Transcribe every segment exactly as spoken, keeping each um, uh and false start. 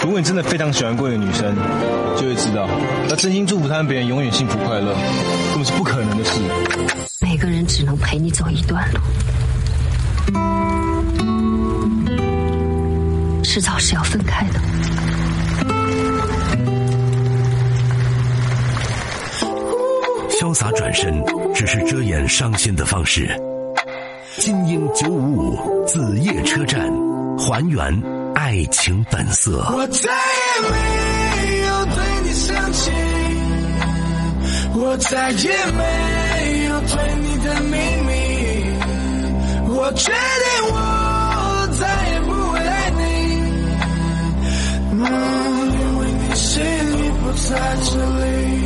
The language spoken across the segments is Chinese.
如果你真的非常喜欢过一个女生，就会知道，要真心祝福她跟别人永远幸福快乐，根本是不可能的事。 每个人只能陪你走一段路，迟早是要分开的。 潇洒转身只是遮掩伤心的方式。精英九五五子夜车站，还原爱情本色。 我再也没有对你生气，我再也没有对你的秘密，我决定我再也不会爱你，嗯，因为你心里不在这里。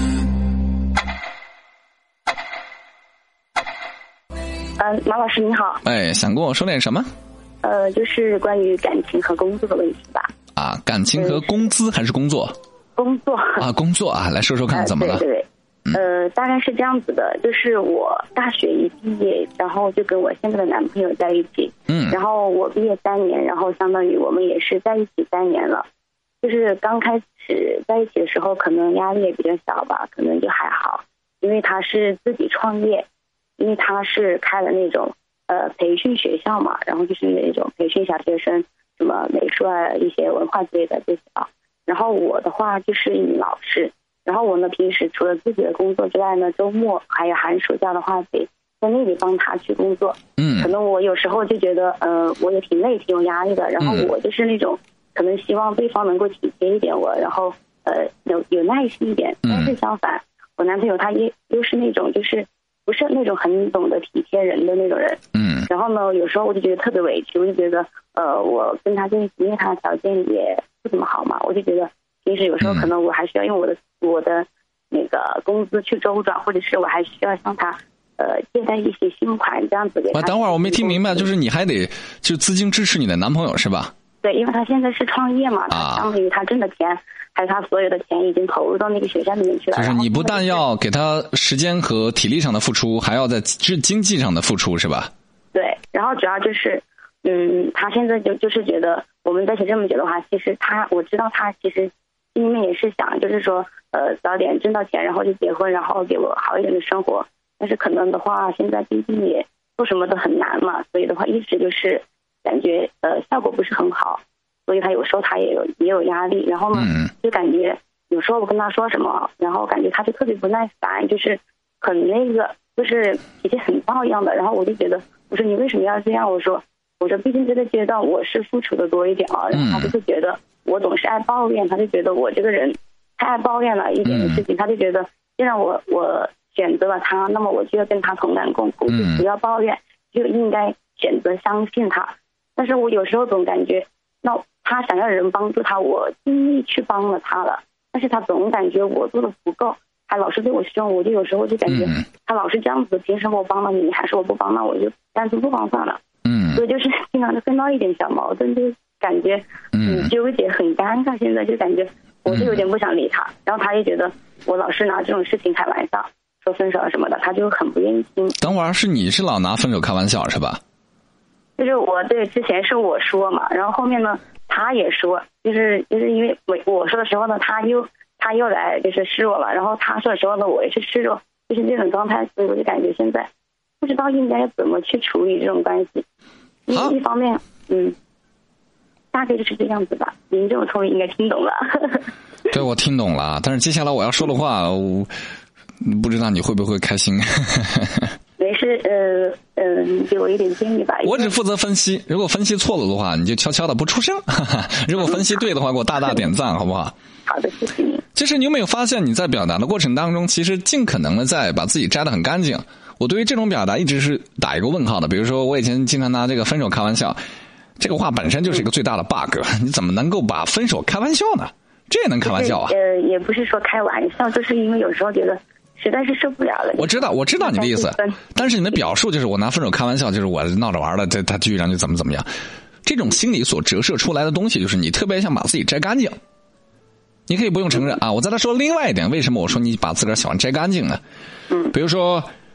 嗯，马老师你好。 哎，想跟我说点什么？ 呃，就是关于感情和工作的问题吧。 啊，感情和工资还是工作？ 工作啊，工作啊，来说说看怎么了？ 呃、对对对，呃，大概是这样子的，就是我大学一毕业，然后就跟我现在的男朋友在一起，嗯，然后我毕业三年，然后相当于我们也是在一起三年了。就是刚开始在一起的时候，可能压力也比较小吧，可能就还好，因为他是自己创业，因为他是开了那种呃培训学校嘛，然后就是那种培训小学生什么美术啊一些文化之类的这些啊。然后我的话就是一名老师，然后我呢平时除了自己的工作之外呢，周末还有寒暑假的话得在那里帮他去工作。嗯，可能我有时候就觉得呃我也挺累挺有压力的，然后我就是那种可能希望对方能够体贴一点我，然后呃有有耐心一点。但是相反，我男朋友他也又是那种就是不是那种很懂得体贴人的那种人。嗯，然后呢有时候我就觉得特别委屈，我就觉得呃我跟他在一起，因为他的条件也不怎么好嘛，我就觉得平时有时候可能我还需要用我的我的那个工资去周转，或者是我还需要向他呃借贷一些新款这样子给他。 等会儿我没听明白，就是你还得就资金支持你的男朋友是吧？ 对，因为他现在是创业嘛，他相当于他挣的钱还有他所有的钱已经投入到那个学校里面去了。 就是你不但要给他时间和体力上的付出，还要在经济上的付出是吧？ 对，然后主要就是嗯他现在就就是觉得我们在一起这么久的话，其实他我知道他其实心里面也是想就是说呃早点挣到钱，然后就结婚，然后给我好一点的生活。但是可能的话现在毕竟也做什么都很难嘛，所以的话一直就是感觉呃效果不是很好，所以他有时候他也有也有压力。然后呢就感觉有时候我跟他说什么，然后感觉他就特别不耐烦，就是很那个就是脾气很暴一样的。然后我就觉得我说你为什么要这样，我说我说毕竟这个阶段我是付出的多一点啊。然后他就会觉得我总是爱抱怨，他就觉得我这个人太爱抱怨了一点的事情，他就觉得既然我我选择了他，那么我就要跟他同甘共苦，就不要抱怨，就应该选择相信他。但是我有时候总感觉那他想要人帮助他，我尽力去帮了他了，但是他总感觉我做的不够，还老是对我凶。我就有时候就感觉他老是这样子，凭什么我帮了你还是我不帮，那我就干脆不帮算了。嗯，所以就是经常就分到一点小矛盾，就感觉很纠结很尴尬。现在就感觉我就有点不想理他，然后他也觉得我老是拿这种事情开玩笑，说分手什么的，他就很不愿意听。 等会儿是你是老拿分手开玩笑是吧？ 就是我对之前是我说嘛，然后后面呢他也说，就是就是因为我我说的时候呢，他又他又来就是示弱了，然后他说的时候呢，我也是示弱，就是这种状态。所以我就感觉现在不知道应该怎么去处理这种关系。一方面嗯大概就是这样子吧，您这么聪明应该听懂了。 对，我听懂了，但是接下来我要说的话我不知道你会不会开心。 没事，呃呃，你给我一点建议吧。 我只负责分析，如果分析错了的话，你就悄悄的不出声；如果分析对的话，给我大大点赞，好不好？ 好的，谢谢你。 其实你有没有发现，你在表达的过程当中，其实尽可能的在把自己摘得很干净。我对于这种表达一直是打一个问号的。比如说，我以前经常拿这个分手开玩笑，这个话本身就是一个最大的 bug， 你怎么能够把分手开玩笑呢？这也能开玩笑啊？ 呃，也不是说开玩笑，就是因为有时候觉得实在是受不了了。 我知道，我知道你的意思，但是你的表述就是我拿分手开玩笑，就是我闹着玩的，这他居然就怎么怎么样。这种心理所折射出来的东西，就是你特别想把自己摘干净。你可以不用承认啊，我再来说另外一点，为什么我说你把自个儿喜欢摘干净呢？嗯，比如说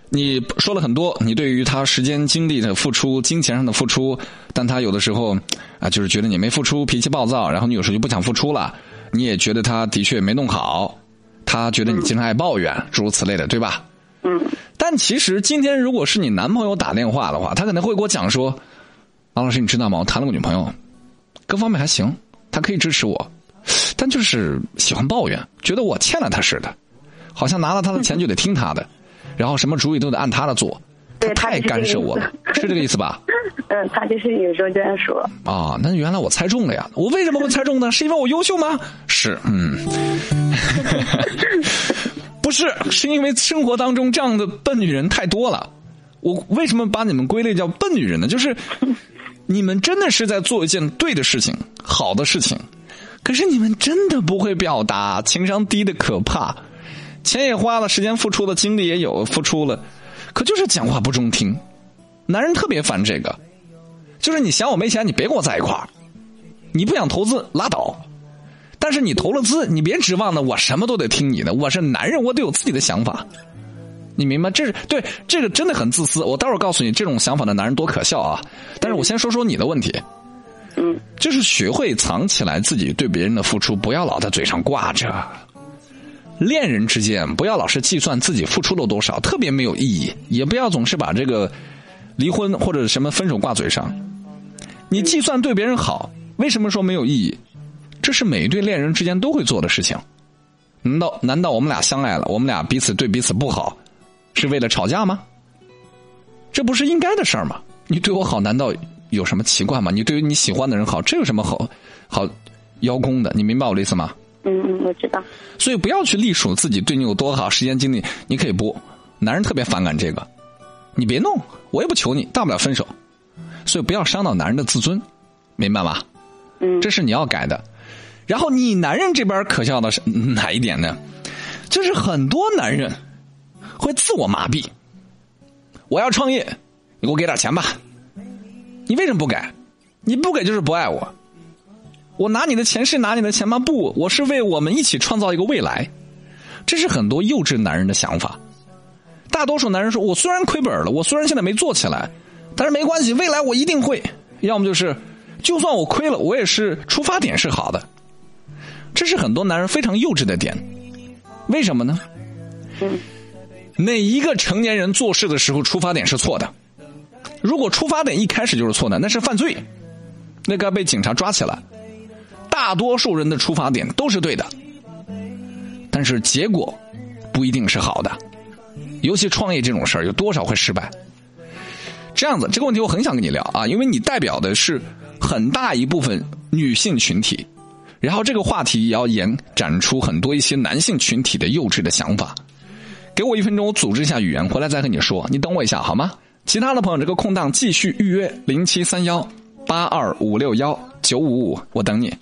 你说了很多，你对于他时间精力的付出，金钱上的付出，但他有的时候啊，就是觉得你没付出，脾气暴躁，然后你有时候就不想付出了，你也觉得他的确没弄好，他觉得你经常爱抱怨，诸如此类的，对吧？ 嗯。 但其实今天如果是你男朋友打电话的话，他可能会给我讲说，王老师你知道吗，我谈了个女朋友，各方面还行，他可以支持我，但就是喜欢抱怨，觉得我欠了他似的，好像拿了他的钱就得听他的，然后什么主意都得按他的做，他太干涉我了，是这个意思吧？ 嗯，他就是有时候这样说。 啊，那原来我猜中了呀！我为什么会猜中呢？是因为我优秀吗？是，嗯，不是，是因为生活当中这样的笨女人太多了。我为什么把你们归类叫笨女人呢？就是你们真的是在做一件对的事情，好的事情，可是你们真的不会表达，情商低的可怕，钱也花了，时间付出了，精力也有付出了，可就是讲话不中听。男人特别烦这个，就是你想我没钱，你别跟我在一块儿，你不想投资拉倒，但是你投了资，你别指望呢我什么都得听你的，我是男人，我得有自己的想法，你明白？这是对，这个真的很自私。我待会儿告诉你这种想法的男人多可笑啊！但是我先说说你的问题， 嗯， 就是学会藏起来自己对别人的付出，不要老在嘴上挂着。恋人之间不要老是计算自己付出了多少，特别没有意义，也不要总是把这个离婚或者什么分手挂嘴上。你计算对别人好，为什么说没有意义？这是每一对恋人之间都会做的事情。难道难道我们俩相爱了，我们俩彼此对彼此不好，是为了吵架吗？这不是应该的事儿吗？你对我好，难道有什么奇怪吗？你对于你喜欢的人好，这有什么好好邀功的？你明白我的意思吗？ 嗯嗯，我知道。 所以不要去隶属自己对你有多好，时间精力你可以不，男人特别反感这个，你别弄，我也不求你，大不了分手。所以不要伤到男人的自尊，明白吗？ 嗯， 这是你要改的。然后你男人这边可笑的是哪一点呢？就是很多男人会自我麻痹，我要创业，你给我给点钱吧。你为什么不给？你不给就是不爱我。我拿你的钱是拿你的钱吗？不，我是为我们一起创造一个未来。这是很多幼稚男人的想法。大多数男人说，我虽然亏本了，我虽然现在没做起来，但是没关系，未来我一定会。要么就是就算我亏了，我也是出发点是好的。这是很多男人非常幼稚的点。为什么呢？ 嗯， 哪一个成年人做事的时候出发点是错的？如果出发点一开始就是错的，那是犯罪，那该被警察抓起来。大多数人的出发点都是对的，但是结果不一定是好的。尤其创业这种事儿，有多少会失败？这样子，这个问题我很想跟你聊啊，因为你代表的是很大一部分女性群体，然后这个话题也要延展出很多一些男性群体的幼稚的想法。给我一分钟，我组织一下语言，回来再跟你说。你等我一下好吗？其他的朋友，这个空档继续预约零七三幺八二五六幺九五五，我等你。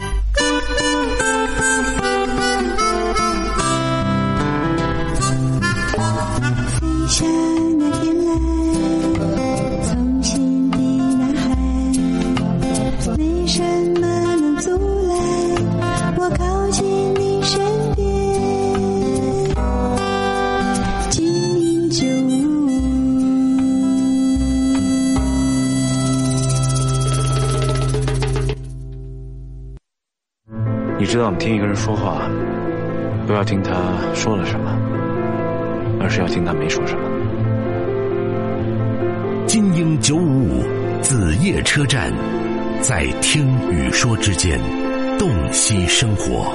飞向那天来，从心底呐喊，没什么能阻拦我靠近你身边。金鹰九五， 你知道我们听一个人说话，不要听他说了什么，而是要听他没说什么。 金鹰九五五子夜车站，在听与说之间，洞悉生活。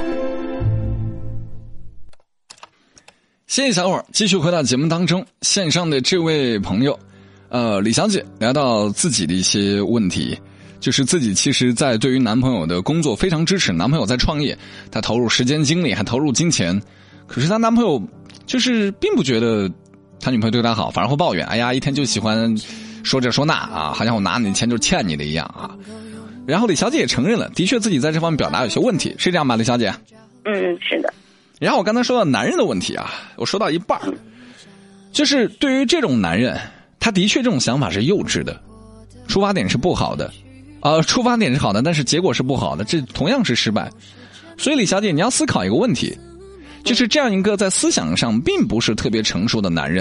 谢谢小伙儿，继续回到节目当中。线上的这位朋友，呃，李小姐聊到自己的一些问题，就是自己其实在对于男朋友的工作非常支持，男朋友在创业，她投入时间精力还投入金钱，可是她男朋友就是并不觉得他女朋友对他好，反而会抱怨，哎呀，一天就喜欢说这说那啊，好像我拿你的钱就欠你的一样啊。然后李小姐也承认了，的确自己在这方面表达有些问题，是这样吧，李小姐？ 嗯，是的。 然后我刚才说到男人的问题啊，我说到一半，就是对于这种男人，他的确这种想法是幼稚的，出发点是不好的，呃，出发点是好的，但是结果是不好的，这同样是失败。所以李小姐，你要思考一个问题，就是这样一个在思想上并不是特别成熟的男人，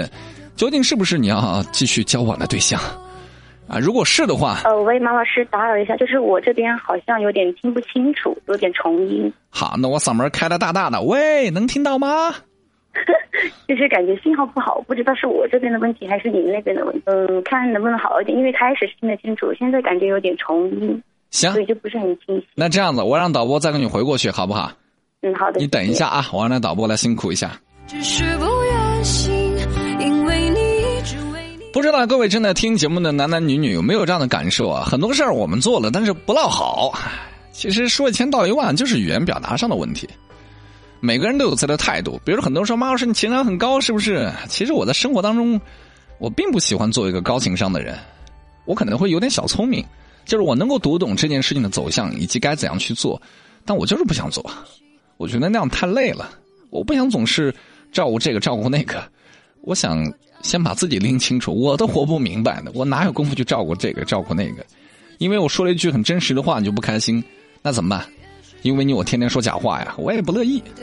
究竟是不是你要继续交往的对象啊？如果是的话， 呃，喂，马老师打扰一下，就是我这边好像有点听不清楚，有点重音。 好，那我嗓门开得大大的，喂，能听到吗？ 就是感觉信号不好，不知道是我这边的问题还是你们那边的问题。嗯，看能不能好一点，因为开始是听得清楚，现在感觉有点重音， 行， 所以就不是很清晰。 那这样子，我让导播再给你回过去，好不好？ 嗯，好的。 你等一下啊，我让那导播来辛苦一下。 只是不愿醒，因为你只为你。 不知道各位正在听节目的男男女女有没有这样的感受啊？很多事儿我们做了，但是不落好。其实说一千道一万，就是语言表达上的问题。每个人都有自己的态度，比如说很多人说马老师你情商很高是不是？其实我在生活当中我并不喜欢做一个高情商的人，我可能会有点小聪明，就是我能够读懂这件事情的走向以及该怎样去做，但我就是不想做，我觉得那样太累了，我不想总是照顾这个照顾那个，我想先把自己拎清楚，我都活不明白的，我哪有功夫去照顾这个照顾那个？因为我说了一句很真实的话你就不开心，那怎么办？因为你我天天说假话呀，我也不乐意。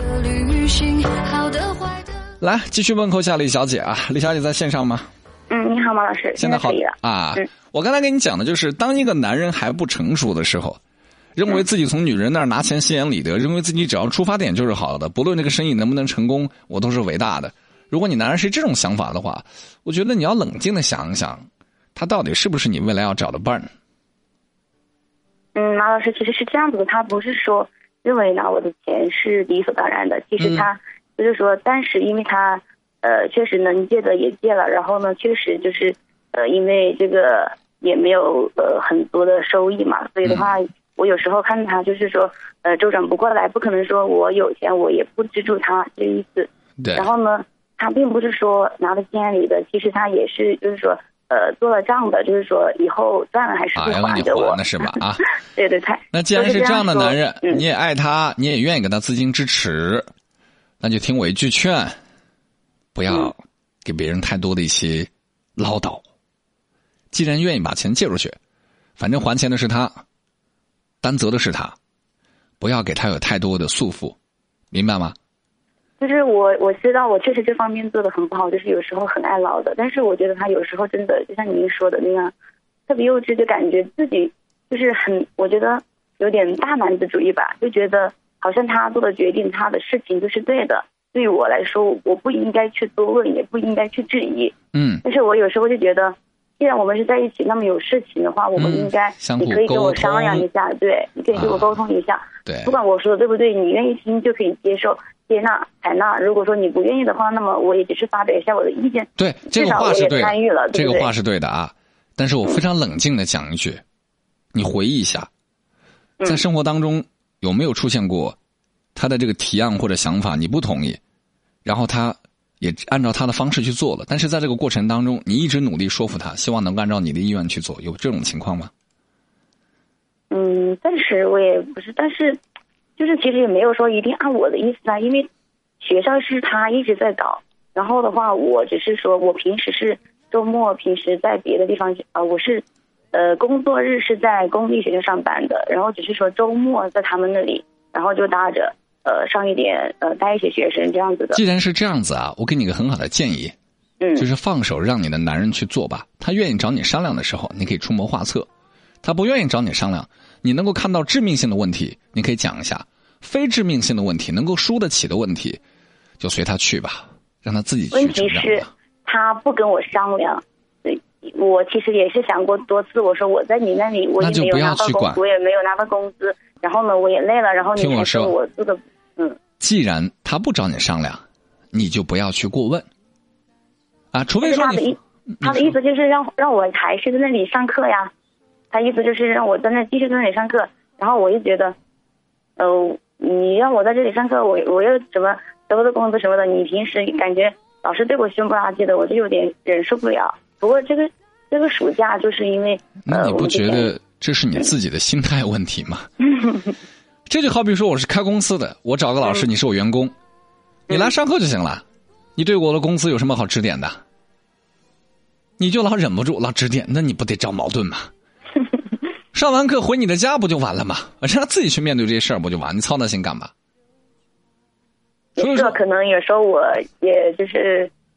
来，继续问候下李小姐啊，李小姐在线上吗？ 嗯，你好，马老师， 现在好可以了啊、 嗯。 我刚才跟你讲的就是，当一个男人还不成熟的时候，认为自己从女人那儿拿钱心安理得，认为自己只要出发点就是好的，不论这个生意能不能成功，我都是伟大的。如果你男人是这种想法的话，我觉得你要冷静的想一想，他到底是不是你未来要找的伴儿。 嗯，马老师其实是这样子的，他不是说认为拿我的钱是理所当然的，其实他就是说，当时因为他呃确实能借的也借了，然后呢确实就是呃因为这个也没有呃很多的收益嘛，所以的话、嗯、我有时候看他就是说呃周转不过来，不可能说我有钱我也不资助他这个意思。 对。 然后呢，他并不是说拿了心安理得，其实他也是就是说。呃，做了账的，就是说以后赚了还是会还给我， 哎、那是吧？啊， 对对对。 那既然是这样的男人， 嗯、 你也爱他，你也愿意给他资金支持，那就听我一句劝，不要给别人太多的一些唠叨。既然愿意把钱借出去，反正还钱的是他，担责的是他，不要给他有太多的束缚，明白吗？ 就是我我知道我确实这方面做的很不好，就是有时候很爱唠的，但是我觉得他有时候真的就像您说的那样，特别幼稚，就感觉自己就是很，我觉得有点大男子主义吧，就觉得好像他做的决定，他的事情就是对的。对于我来说，我不应该去多问，也不应该去质疑。 嗯。 但是我有时候就觉得，既然我们是在一起，那么有事情的话，我们应该， 嗯、 你可以跟我商量一下，对，你可以跟我沟通一下。啊、 对。 不管我说的对不对，你愿意听就可以接受。接纳采纳，如果说你不愿意的话，那么我也只是发表一下我的意见。 对，这个话是对的， 参与了，对这个话是对的啊。但是我非常冷静的讲一句，嗯、你回忆一下，在生活当中有没有出现过他的这个提案或者想法你不同意，然后他也按照他的方式去做了，但是在这个过程当中你一直努力说服他，希望能够按照你的意愿去做，有这种情况吗？ 嗯，暂时我也不是，但是。就是其实也没有说一定按我的意思啊，因为学校是他一直在搞，然后的话我只是说我平时是周末平时在别的地方啊、呃，我是呃工作日是在公立学校上班的，然后只是说周末在他们那里，然后就搭着呃上一点呃带一些学生这样子的。 既然是这样子啊，我给你个很好的建议， 嗯， 就是放手让你的男人去做吧，他愿意找你商量的时候，你可以出谋划策。他不愿意找你商量，你能够看到致命性的问题，你可以讲一下；非致命性的问题，能够输得起的问题，就随他去吧，让他自己去成长吧。 问题是，他不跟我商量。我其实也是想过多次，我说我在你那里，我也没有拿到工，我也没有拿到工资，然后呢，我也累了，然后你还说我这个，嗯。 既然他不找你商量，你就不要去过问。啊，除非说你， 他的意，他的意思就是让让我还是在那里上课呀。他意思就是让我在那继续在那里上课，然后我就觉得，呃，你让我在这里上课，我我又什么得的工资什么的，你平时感觉老是对我凶不拉几的，我就有点忍受不了。不过这个这个暑假就是因为， 那你不觉得这是你自己的心态问题吗？这就好比说我是开公司的，我找个老师，你是我员工，嗯、你来上课就行了，你对我的公司有什么好指点的？你就老忍不住老指点，那你不得找矛盾吗？上完课回你的家不就完了吗？让他自己去面对这些事儿不就完？你操那心干嘛？ 所以说，可能有时候我也就是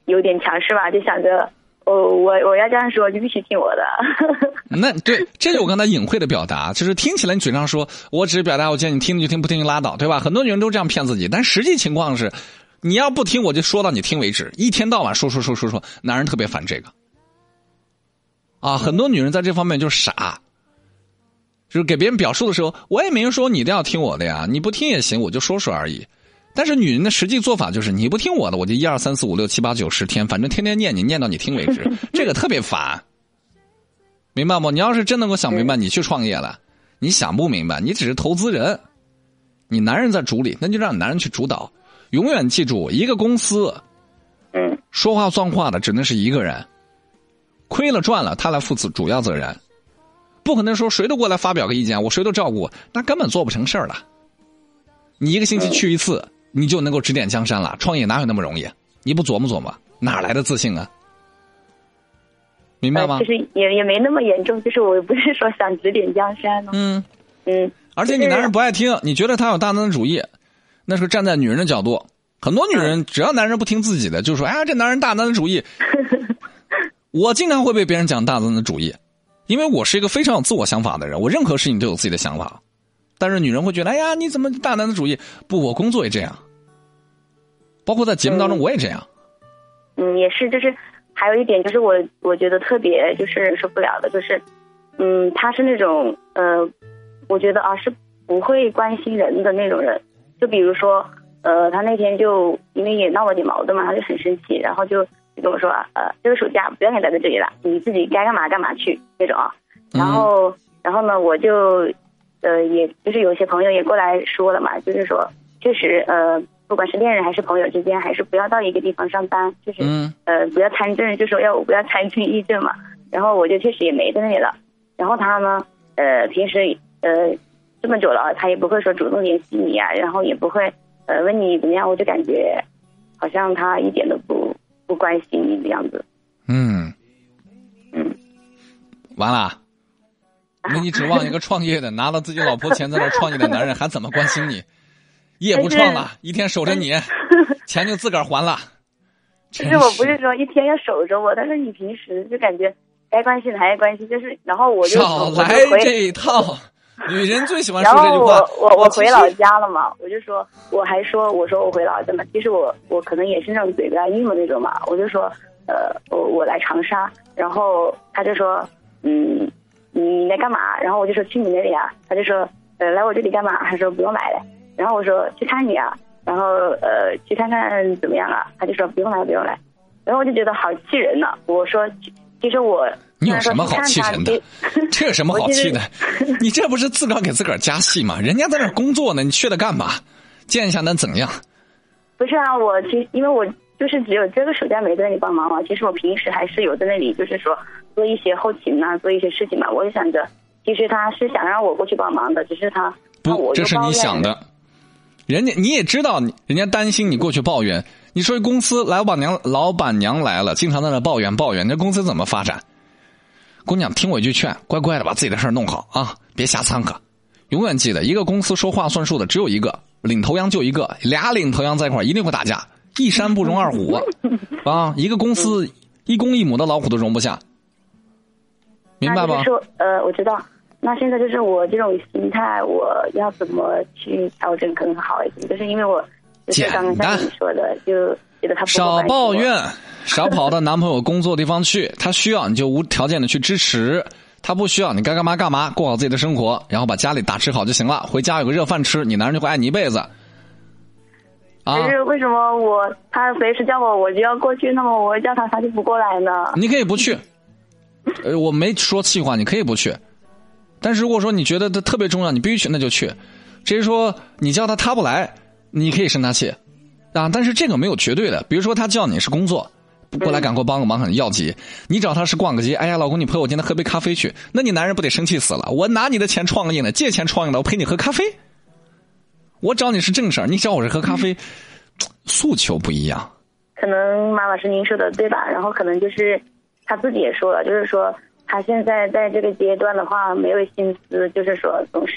有点强势吧，就想着哦，我我要这样说就必须听我的。 那对，这就我刚才隐晦的表达，就是听起来你嘴上说我只是表达我建议你听就听，不听就拉倒，对吧？很多女人都这样骗自己，但实际情况是，你要不听我就说到你听为止，一天到晚说说说说说，男人特别烦这个。啊，很多女人在这方面就是傻，就是给别人表述的时候，我也没说你一定要听我的呀，你不听也行，我就说说而已。但是女人的实际做法就是，你不听我的，我就一二三四五六七八九十天，反正天天念你，念到你听为止，这个特别烦，明白吗？你要是真能够想明白，你去创业了，你想不明白，你只是投资人，你男人在主理，那就让男人去主导。永远记住，一个公司， 嗯， 说话算话的只能是一个人。亏了赚了，他来负责主要责任，不可能说谁都过来发表个意见，我谁都照顾，那根本做不成事儿了。你一个星期去一次，你就能够指点江山了。创业哪有那么容易？你不琢磨琢磨，哪来的自信啊？明白吗？ 呃、其实也也没那么严重，就是我不是说想指点江山呢。 嗯嗯， 而且你男人不爱听，你觉得他有大男子主义，那是站在女人的角度。很多女人只要男人不听自己的，就说哎呀这男人大男子主义。我经常会被别人讲大男子主义，因为我是一个非常有自我想法的人，我任何事情都有自己的想法。但是女人会觉得，哎呀，你怎么大男子主义？不，我工作也这样，包括在节目当中我也这样。 嗯，也是，就是还有一点就是我我觉得特别就是受不了的，就是嗯，他是那种呃，我觉得啊是不会关心人的那种人。就比如说呃，他那天就因为也闹了点矛盾嘛，他就很生气，然后就。就跟我说呃，这个暑假不要你待在这里了，你自己该干嘛干嘛去那种啊。然后，嗯、然后呢，我就呃，也就是有些朋友也过来说了嘛，就是说，确实呃，不管是恋人还是朋友之间，还是不要到一个地方上班，就是、嗯、呃，不要参政，就说要不要参政议政嘛。然后我就确实也没在那里了。然后他呢，呃，平时呃这么久了，他也不会说主动联系你啊，然后也不会呃问你怎么样，我就感觉好像他一点都不。不关心你的样子， 嗯， 嗯， 完了，那你指望一个创业的拿了自己老婆钱在那创业的男人还怎么关心你？业不创了，一天守着你，钱就自个儿还了。 其实我不是说一天要守着我，但是你平时就感觉该关心的还是关心，就是然后我就少来这一套。女人最喜欢说这句话。 然后我我我回老家了嘛，我就说我还说我说我回老家嘛，其实我我可能也是那种嘴比较硬的那种嘛，我就说呃我我来长沙，然后他就说嗯你来干嘛？然后我就说去你那里啊，他就说呃来我这里干嘛？他说不用来了，然后我说去看你啊，然后呃去看看怎么样啊？他就说不用来不用来，然后我就觉得好气人呢、啊。我说其实我。 你有什么好气人的？这有什么好气的？你这不是自个儿给自个儿加戏吗？人家在那工作呢，你去了干嘛？见一下能怎样？ 不是啊，我其实因为我就是只有这个暑假没在那里帮忙嘛，其实我平时还是有在那里，就是说做一些后勤啊，做一些事情嘛。我就想着，其实他是想让我过去帮忙的，只是他不，这是你想的。人家你也知道，人家担心你过去抱怨。你说公司老板娘老板娘来了，经常在那抱怨抱怨，这公司怎么发展？姑娘，听我一句劝，乖乖的把自己的事儿弄好啊，别瞎掺和。永远记得，一个公司说话算数的只有一个，领头羊就一个，俩领头羊在一块儿一定会打架，一山不容二虎啊！一个公司一公一母的老虎都容不下，明白吗？ 说呃，我知道。那现在就是我这种心态，我要怎么去调整可能好一点？就是因为我就是刚刚像你说的，就觉得他不少抱怨。少跑到男朋友工作地方去，他需要你就无条件的去支持，他不需要你该干嘛干嘛，过好自己的生活，然后把家里打吃好就行了，回家有个热饭吃，你男人就会爱你一辈子。 啊！可是为什么我他随时叫我我就要过去，那么我叫他他就不过来呢？ 你可以不去，呃，我没说气话，你可以不去，但是如果说你觉得他特别重要，你必须去，那就去。至于说你叫他他不来，你可以生他气啊，但是这个没有绝对的，比如说他叫你是工作。过来赶快帮个忙很要急，你找他是逛个街，哎呀老公你陪我今天喝杯咖啡去，那你男人不得生气死了？我拿你的钱创业呢，借钱创业了，我陪你喝咖啡，我找你是正事儿，你找我是喝咖啡，诉求不一样。 可能马老师您说的对吧？然后可能就是他自己也说了，就是说他现在在这个阶段的话没有心思，就是说总是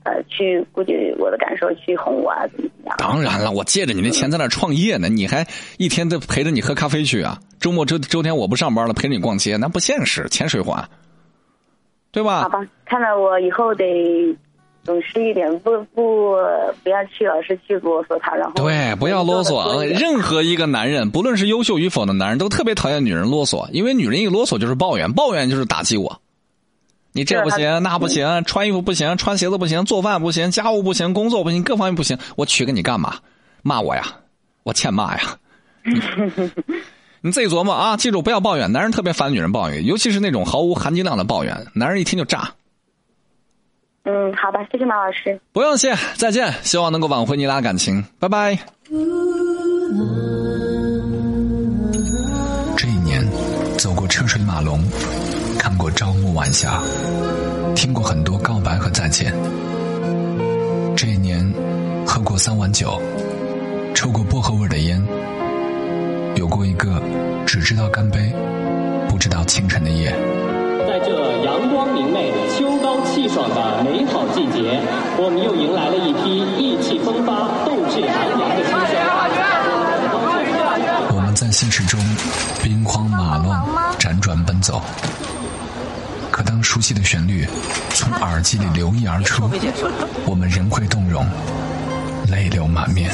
呃去顾及我的感受，去哄我啊，怎么怎么样？ 当然了，我借着你那钱在那创业呢，你还一天都陪着你喝咖啡去啊？周末周周天我不上班了，陪着你逛街，那不现实，钱谁还？对吧？ 好吧，看来我以后得懂事一点，不不不要去老是去啰嗦他，然后对，不要啰嗦啊！任何一个男人，不论是优秀与否的男人，都特别讨厌女人啰嗦，因为女人一啰嗦就是抱怨，抱怨就是打击我。你这不行，那不行，穿衣服不行，穿鞋子不行，做饭不行，家务不行，工作不行，各方面不行，我娶给你干嘛？骂我呀，我欠骂呀。你自己琢磨啊，记住不要抱怨，男人特别烦女人抱怨，尤其是那种毫无含金量的抱怨，男人一听就炸。 嗯，好的，谢谢马老师。 不用谢，再见，希望能够挽回你俩感情，拜拜。 这一年，走过车水马龙，看过朝暮晚霞，听过很多告白和再见。这一年，喝过三碗酒，抽过薄荷味的烟，有过一个只知道干杯，不知道清晨的夜。 在这阳光明媚、秋高气爽的美好季节，我们又迎来了一批意气风发、斗志昂扬的新生。 我们在现实中兵荒马乱、辗转奔走，可当熟悉的旋律从耳机里流溢而出，我们仍会动容，泪流满面。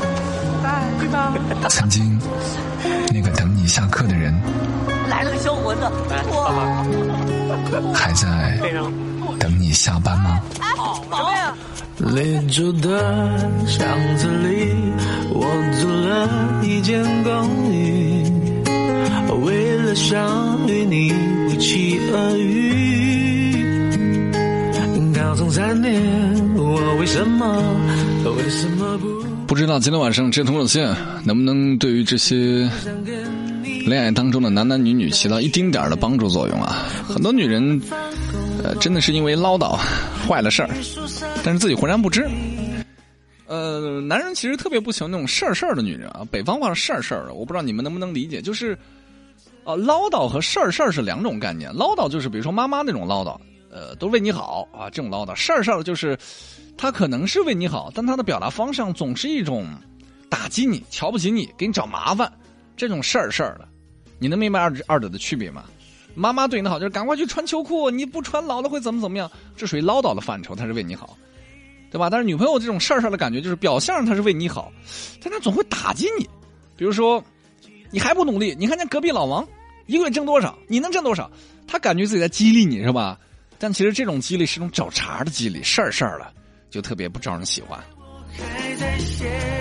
曾经那个等你下课的人， 来了个小伙子，哇！ 还在等你下班吗？ 哎，什么呀？ 邻住的巷子里，我租了一间公寓，为了想与你不期而遇。高中三年，我为什么为什么不？ 不知道今天晚上这通热线能不能对于这些恋爱当中的男男女女起到一丁点的帮助作用啊？很多女人，呃，真的是因为唠叨坏了事儿，但是自己浑然不知。呃，男人其实特别不喜欢那种事儿事儿的女人啊。北方话是事儿事儿的，我不知道你们能不能理解。就是，呃，唠叨和事儿事儿是两种概念。唠叨就是比如说妈妈那种唠叨，呃，都为你好啊，这种唠叨。事儿事儿就是，他可能是为你好，但他的表达方向总是一种打击你、瞧不起你、给你找麻烦，这种事儿事儿的。你能明白二二者的区别吗？妈妈对你的好就是赶快去穿秋裤，你不穿老了会怎么怎么样，这属于唠叨的范畴，他是为你好，对吧？但是女朋友这种事儿事儿的感觉就是表象上他是为你好，但他总会打击你。比如说你还不努力，你看见隔壁老王一个月挣多少，你能挣多少，他感觉自己在激励你，是吧？但其实这种激励是一种找茬的激励，事儿事儿的就特别不招人喜欢。 还在写